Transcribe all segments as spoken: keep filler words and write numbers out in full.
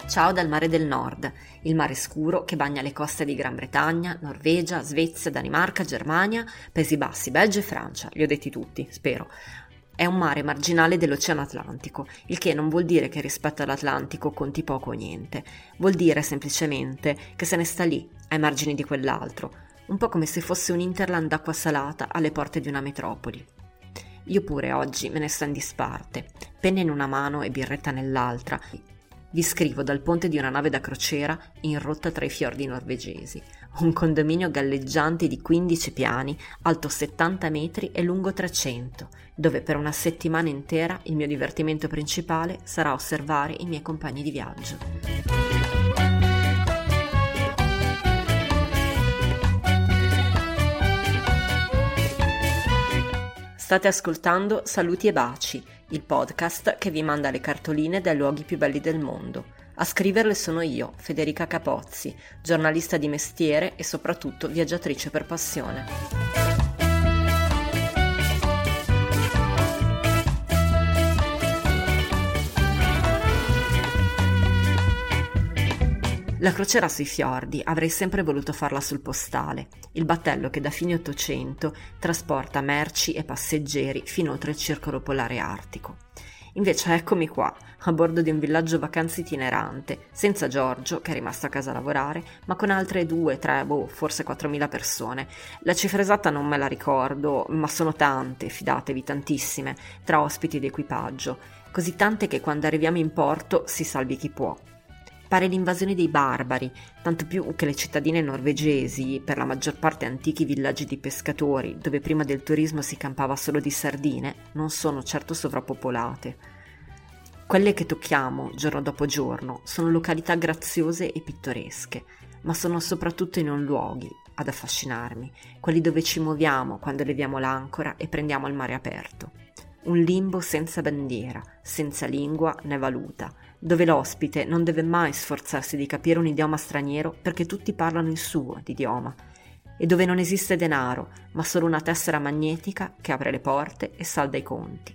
Ciao dal mare del nord, il mare scuro che bagna le coste di Gran Bretagna, Norvegia, Svezia, Danimarca, Germania, Paesi Bassi, Belgio e Francia, li ho detti tutti, spero. È un mare marginale dell'Oceano Atlantico, il che non vuol dire che rispetto all'Atlantico conti poco o niente, vuol dire semplicemente che se ne sta lì, ai margini di quell'altro, un po' come se fosse un hinterland d'acqua salata alle porte di una metropoli. Io pure oggi me ne sto in disparte, penna in una mano e birretta nell'altra. Vi scrivo dal ponte di una nave da crociera in rotta tra i fiordi norvegesi, un condominio galleggiante di quindici piani, alto settanta metri e lungo trecento, dove per una settimana intera il mio divertimento principale sarà osservare i miei compagni di viaggio. State ascoltando Saluti e Baci, il podcast che vi manda le cartoline dai luoghi più belli del mondo. A scriverle sono io, Federica Capozzi, giornalista di mestiere e soprattutto viaggiatrice per passione. La crociera sui fiordi avrei sempre voluto farla sul postale, il battello che da fine Ottocento trasporta merci e passeggeri fin oltre il circolo polare artico. Invece eccomi qua, a bordo di un villaggio vacanze itinerante, senza Giorgio, che è rimasto a casa a lavorare, ma con altre due, tre, boh, forse quattromila persone. La cifra esatta non me la ricordo, ma sono tante, fidatevi, tantissime, tra ospiti ed equipaggio, così tante che quando arriviamo in porto si salvi chi può. Pare l'invasione dei barbari, tanto più che le cittadine norvegesi, per la maggior parte antichi villaggi di pescatori, dove prima del turismo si campava solo di sardine, non sono certo sovrappopolate. Quelle che tocchiamo, giorno dopo giorno, sono località graziose e pittoresche, ma sono soprattutto i non luoghi ad affascinarmi, quelli dove ci muoviamo quando leviamo l'ancora e prendiamo il mare aperto. Un limbo senza bandiera, senza lingua né valuta, dove l'ospite non deve mai sforzarsi di capire un idioma straniero perché tutti parlano il suo idioma, e dove non esiste denaro, ma solo una tessera magnetica che apre le porte e salda i conti.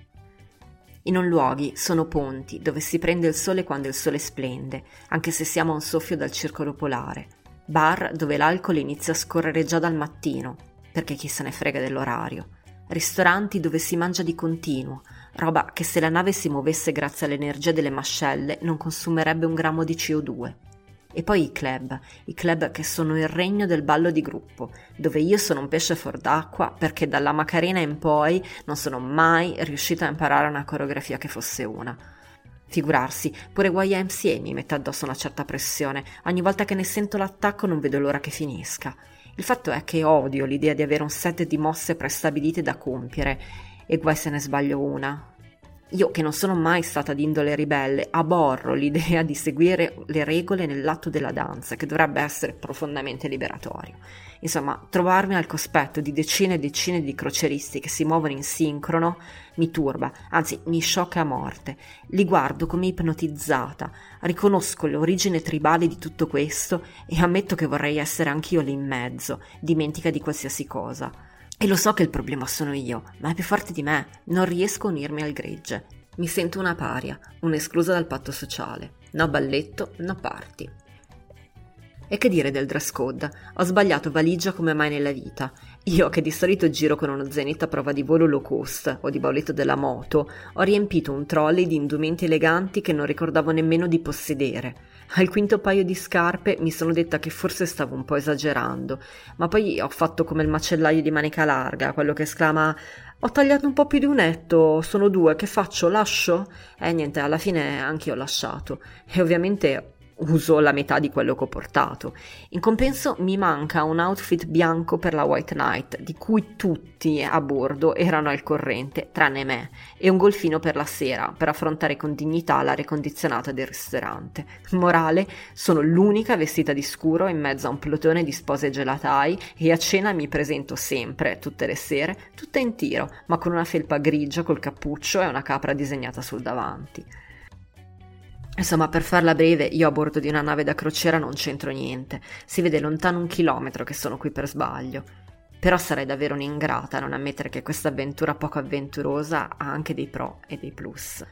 I non luoghi sono ponti dove si prende il sole quando il sole splende, anche se siamo a un soffio dal circolo polare, bar dove l'alcol inizia a scorrere già dal mattino, perché chi se ne frega dell'orario, ristoranti dove si mangia di continuo, roba che se la nave si muovesse grazie all'energia delle mascelle non consumerebbe un grammo di C O due. E poi i club, i club che sono il regno del ballo di gruppo, dove io sono un pesce fuor d'acqua perché dalla Macarena in poi non sono mai riuscita a imparare una coreografia che fosse una. Figurarsi, pure Y M C A mi mette addosso una certa pressione, ogni volta che ne sento l'attacco non vedo l'ora che finisca. Il fatto è che odio l'idea di avere un set di mosse prestabilite da compiere, e guai se ne sbaglio una. Io, che non sono mai stata d'indole ribelle, aborro l'idea di seguire le regole nell'atto della danza, che dovrebbe essere profondamente liberatorio. Insomma, trovarmi al cospetto di decine e decine di crocieristi che si muovono in sincrono mi turba, anzi mi sciocca a morte. Li guardo come ipnotizzata, riconosco l'origine tribale di tutto questo e ammetto che vorrei essere anch'io lì in mezzo, dimentica di qualsiasi cosa. E lo so che il problema sono io, ma è più forte di me, non riesco a unirmi al gregge. Mi sento una paria, un'esclusa dal patto sociale. No balletto, no party. E che dire del dress code? Ho sbagliato valigia come mai nella vita. Io, che di solito giro con uno zainetto a prova di volo low cost o di boletto della moto, ho riempito un trolley di indumenti eleganti che non ricordavo nemmeno di possedere. Al quinto paio di scarpe mi sono detta che forse stavo un po' esagerando, ma poi ho fatto come il macellaio di manica larga, quello che esclama «Ho tagliato un po' più di un etto, sono due, che faccio, lascio?» E niente, alla fine anch'io ho lasciato, e ovviamente uso la metà di quello che ho portato. In compenso mi manca un outfit bianco per la White Night, di cui tutti a bordo erano al corrente, tranne me, e un golfino per la sera, per affrontare con dignità l'aria condizionata del ristorante. Morale, sono l'unica vestita di scuro in mezzo a un plotone di spose gelatai e a cena mi presento sempre, tutte le sere, tutta in tiro, ma con una felpa grigia col cappuccio e una capra disegnata sul davanti. Insomma, per farla breve, io a bordo di una nave da crociera non c'entro niente, si vede lontano un chilometro che sono qui per sbaglio. Però sarei davvero un'ingrata a non ammettere che questa avventura poco avventurosa ha anche dei pro e dei plus.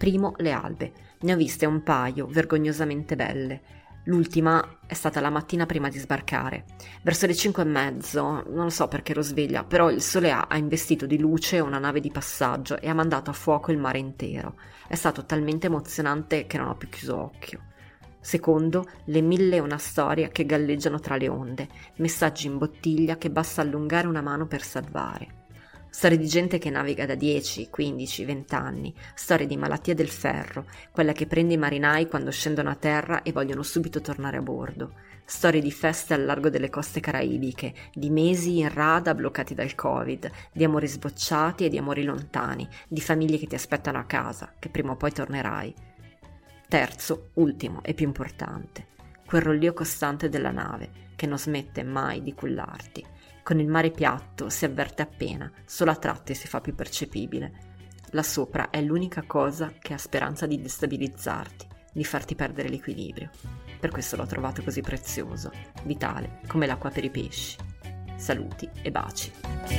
Primo, le albe. Ne ho viste un paio, vergognosamente belle. L'ultima è stata la mattina prima di sbarcare. Verso le cinque e mezzo, non so perché ero sveglia, però il sole ha, ha investito di luce una nave di passaggio e ha mandato a fuoco il mare intero. È stato talmente emozionante che non ho più chiuso occhio. Secondo, le mille e una storie che galleggiano tra le onde, messaggi in bottiglia che basta allungare una mano per salvare. Storie di gente che naviga da dieci, quindici, venti anni, storie di malattie del ferro, quella che prende i marinai quando scendono a terra e vogliono subito tornare a bordo, storie di feste al largo delle coste caraibiche, di mesi in rada bloccati dal Covid, di amori sbocciati e di amori lontani, di famiglie che ti aspettano a casa, che prima o poi tornerai. Terzo, ultimo e più importante, quel rollio costante della nave che non smette mai di cullarti. Con il mare piatto si avverte appena, solo a tratti si fa più percepibile. Là sopra è l'unica cosa che ha speranza di destabilizzarti, di farti perdere l'equilibrio. Per questo l'ho trovato così prezioso, vitale, come l'acqua per i pesci. Saluti e baci.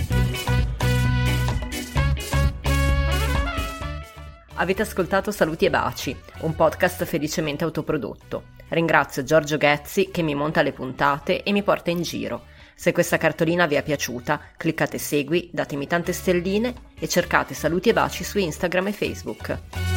Avete ascoltato Saluti e Baci, un podcast felicemente autoprodotto. Ringrazio Giorgio Ghezzi che mi monta le puntate e mi porta in giro. Se questa cartolina vi è piaciuta, cliccate segui, datemi tante stelline e cercate Saluti e Baci su Instagram e Facebook.